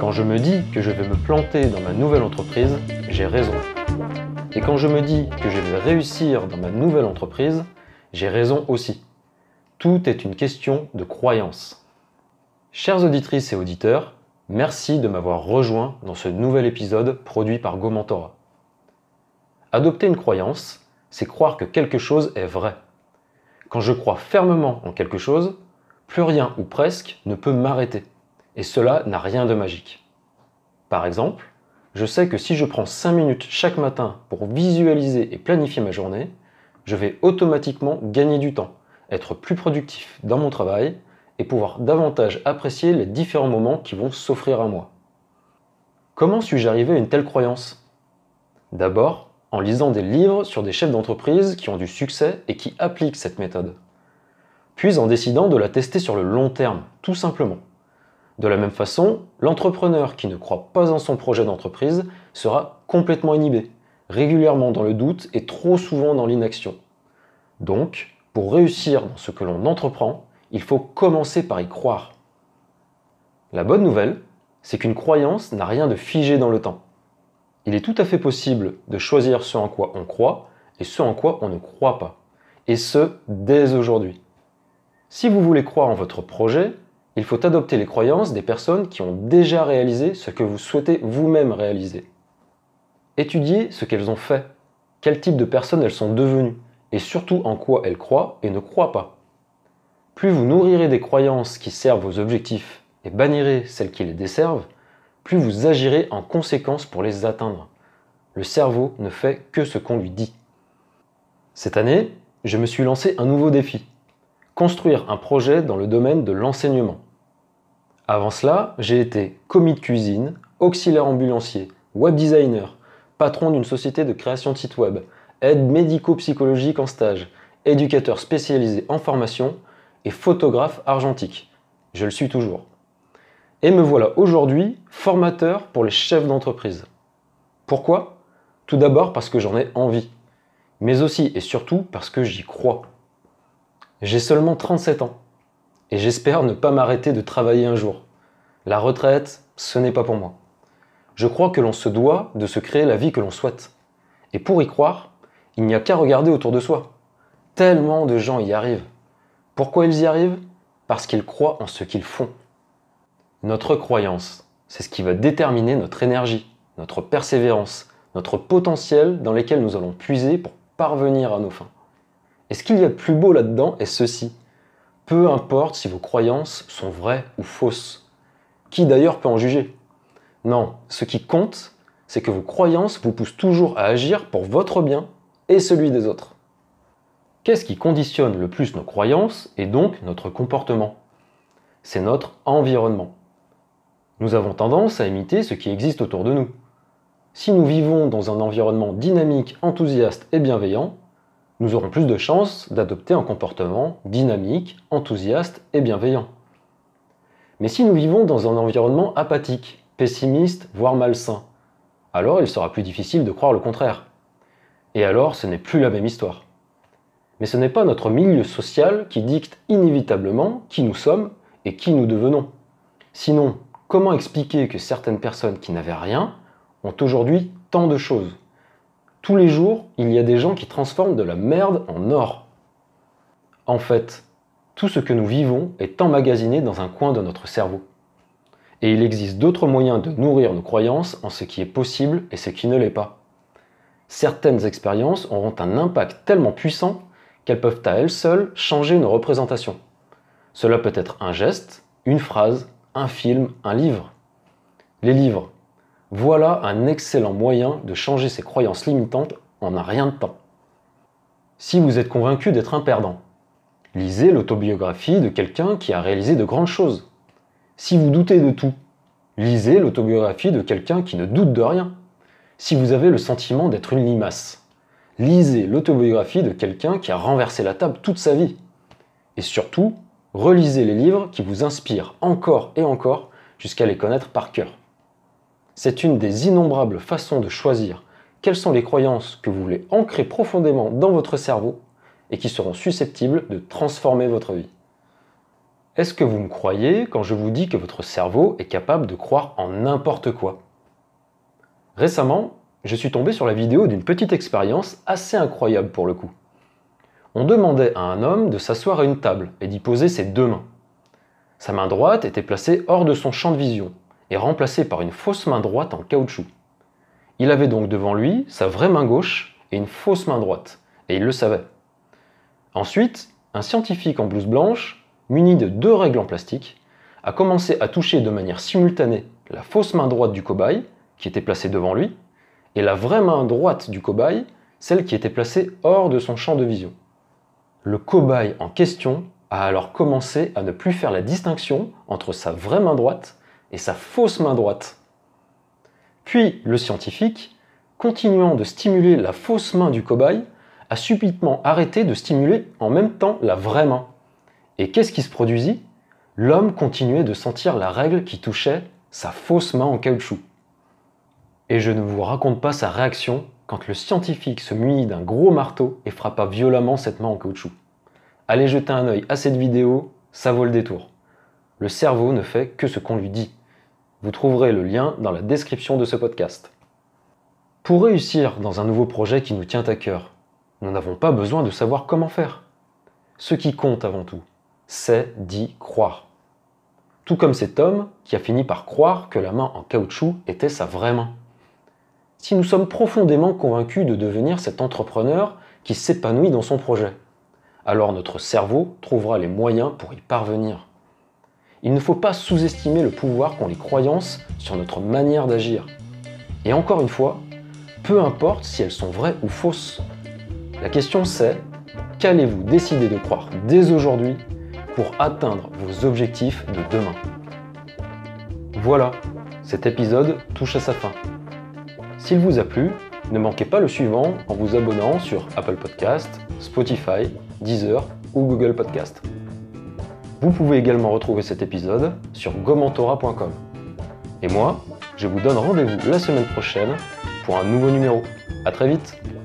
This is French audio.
Quand je me dis que je vais me planter dans ma nouvelle entreprise, j'ai raison. Et quand je me dis que je vais réussir dans ma nouvelle entreprise, j'ai raison aussi. Tout est une question de croyance. Chères auditrices et auditeurs, merci de m'avoir rejoint dans ce nouvel épisode produit par Go Mentorat. Adopter une croyance, c'est croire que quelque chose est vrai. Quand je crois fermement en quelque chose, plus rien ou presque ne peut m'arrêter. Et cela n'a rien de magique. Par exemple, je sais que si je prends 5 minutes chaque matin pour visualiser et planifier ma journée, je vais automatiquement gagner du temps, être plus productif dans mon travail et pouvoir davantage apprécier les différents moments qui vont s'offrir à moi. Comment suis-je arrivé à une telle croyance ? D'abord, en lisant des livres sur des chefs d'entreprise qui ont du succès et qui appliquent cette méthode. Puis en décidant de la tester sur le long terme, tout simplement. De la même façon, l'entrepreneur qui ne croit pas en son projet d'entreprise sera complètement inhibé, régulièrement dans le doute et trop souvent dans l'inaction. Donc, pour réussir dans ce que l'on entreprend, il faut commencer par y croire. La bonne nouvelle, c'est qu'une croyance n'a rien de figé dans le temps. Il est tout à fait possible de choisir ce en quoi on croit et ce en quoi on ne croit pas. Et ce, dès aujourd'hui. Si vous voulez croire en votre projet, il faut adopter les croyances des personnes qui ont déjà réalisé ce que vous souhaitez vous-même réaliser. Étudiez ce qu'elles ont fait, quel type de personnes elles sont devenues, et surtout en quoi elles croient et ne croient pas. Plus vous nourrirez des croyances qui servent vos objectifs et bannirez celles qui les desservent, plus vous agirez en conséquence pour les atteindre. Le cerveau ne fait que ce qu'on lui dit. Cette année, je me suis lancé un nouveau défi. Construire un projet dans le domaine de l'enseignement. Avant cela, j'ai été commis de cuisine, auxiliaire ambulancier, web designer, patron d'une société de création de sites web, aide médico-psychologique en stage, éducateur spécialisé en formation et photographe argentique. Je le suis toujours. Et me voilà aujourd'hui formateur pour les chefs d'entreprise. Pourquoi ? Tout d'abord parce que j'en ai envie, mais aussi et surtout parce que j'y crois. J'ai seulement 37 ans et j'espère ne pas m'arrêter de travailler un jour. La retraite, ce n'est pas pour moi. Je crois que l'on se doit de se créer la vie que l'on souhaite. Et pour y croire, il n'y a qu'à regarder autour de soi. Tellement de gens y arrivent. Pourquoi ils y arrivent ? Parce qu'ils croient en ce qu'ils font. Notre croyance, c'est ce qui va déterminer notre énergie, notre persévérance, notre potentiel dans lesquels nous allons puiser pour parvenir à nos fins. Et ce qu'il y a de plus beau là-dedans est ceci. Peu importe si vos croyances sont vraies ou fausses. Qui d'ailleurs peut en juger ? Non, ce qui compte, c'est que vos croyances vous poussent toujours à agir pour votre bien et celui des autres. Qu'est-ce qui conditionne le plus nos croyances et donc notre comportement ? C'est notre environnement. Nous avons tendance à imiter ce qui existe autour de nous. Si nous vivons dans un environnement dynamique, enthousiaste et bienveillant, nous aurons plus de chances d'adopter un comportement dynamique, enthousiaste et bienveillant. Mais si nous vivons dans un environnement apathique, pessimiste, voire malsain, alors il sera plus difficile de croire le contraire. Et alors ce n'est plus la même histoire. Mais ce n'est pas notre milieu social qui dicte inévitablement qui nous sommes et qui nous devenons. Sinon, comment expliquer que certaines personnes qui n'avaient rien ont aujourd'hui tant de choses ? Tous les jours, il y a des gens qui transforment de la merde en or. En fait, tout ce que nous vivons est emmagasiné dans un coin de notre cerveau. Et il existe d'autres moyens de nourrir nos croyances en ce qui est possible et ce qui ne l'est pas. Certaines expériences auront un impact tellement puissant qu'elles peuvent à elles seules changer nos représentations. Cela peut être un geste, une phrase, un film, un livre. Les livres. Voilà un excellent moyen de changer ses croyances limitantes en un rien de temps. Si vous êtes convaincu d'être un perdant, lisez l'autobiographie de quelqu'un qui a réalisé de grandes choses. Si vous doutez de tout, lisez l'autobiographie de quelqu'un qui ne doute de rien. Si vous avez le sentiment d'être une limace, lisez l'autobiographie de quelqu'un qui a renversé la table toute sa vie. Et surtout, relisez les livres qui vous inspirent encore et encore jusqu'à les connaître par cœur. C'est une des innombrables façons de choisir quelles sont les croyances que vous voulez ancrer profondément dans votre cerveau et qui seront susceptibles de transformer votre vie. Est-ce que vous me croyez quand je vous dis que votre cerveau est capable de croire en n'importe quoi? Récemment, je suis tombé sur la vidéo d'une petite expérience assez incroyable pour le coup. On demandait à un homme de s'asseoir à une table et d'y poser ses deux mains. Sa main droite était placée hors de son champ de vision et remplacée par une fausse main droite en caoutchouc. Il avait donc devant lui sa vraie main gauche et une fausse main droite, et il le savait. Ensuite, un scientifique en blouse blanche, muni de deux règles en plastique, a commencé à toucher de manière simultanée la fausse main droite du cobaye, qui était placée devant lui, et la vraie main droite du cobaye, celle qui était placée hors de son champ de vision. Le cobaye en question a alors commencé à ne plus faire la distinction entre sa vraie main droite et sa fausse main droite. Puis le scientifique, continuant de stimuler la fausse main du cobaye, a subitement arrêté de stimuler en même temps la vraie main. Et qu'est-ce qui se produisit? L'homme continuait de sentir la règle qui touchait sa fausse main en caoutchouc. Et je ne vous raconte pas sa réaction quand le scientifique se munit d'un gros marteau et frappa violemment cette main en caoutchouc. Allez jeter un œil à cette vidéo, ça vaut le détour. Le cerveau ne fait que ce qu'on lui dit. Vous trouverez le lien dans la description de ce podcast. Pour réussir dans un nouveau projet qui nous tient à cœur, nous n'avons pas besoin de savoir comment faire. Ce qui compte avant tout, c'est d'y croire. Tout comme cet homme qui a fini par croire que la main en caoutchouc était sa vraie main. Si nous sommes profondément convaincus de devenir cet entrepreneur qui s'épanouit dans son projet, alors notre cerveau trouvera les moyens pour y parvenir. Il ne faut pas sous-estimer le pouvoir qu'ont les croyances sur notre manière d'agir. Et encore une fois, peu importe si elles sont vraies ou fausses. La question c'est, qu'allez-vous décider de croire dès aujourd'hui pour atteindre vos objectifs de demain? Voilà, cet épisode touche à sa fin. S'il vous a plu, ne manquez pas le suivant en vous abonnant sur Apple Podcast, Spotify, Deezer ou Google Podcast. Vous pouvez également retrouver cet épisode sur gomentora.com. Et moi, je vous donne rendez-vous la semaine prochaine pour un nouveau numéro. À très vite!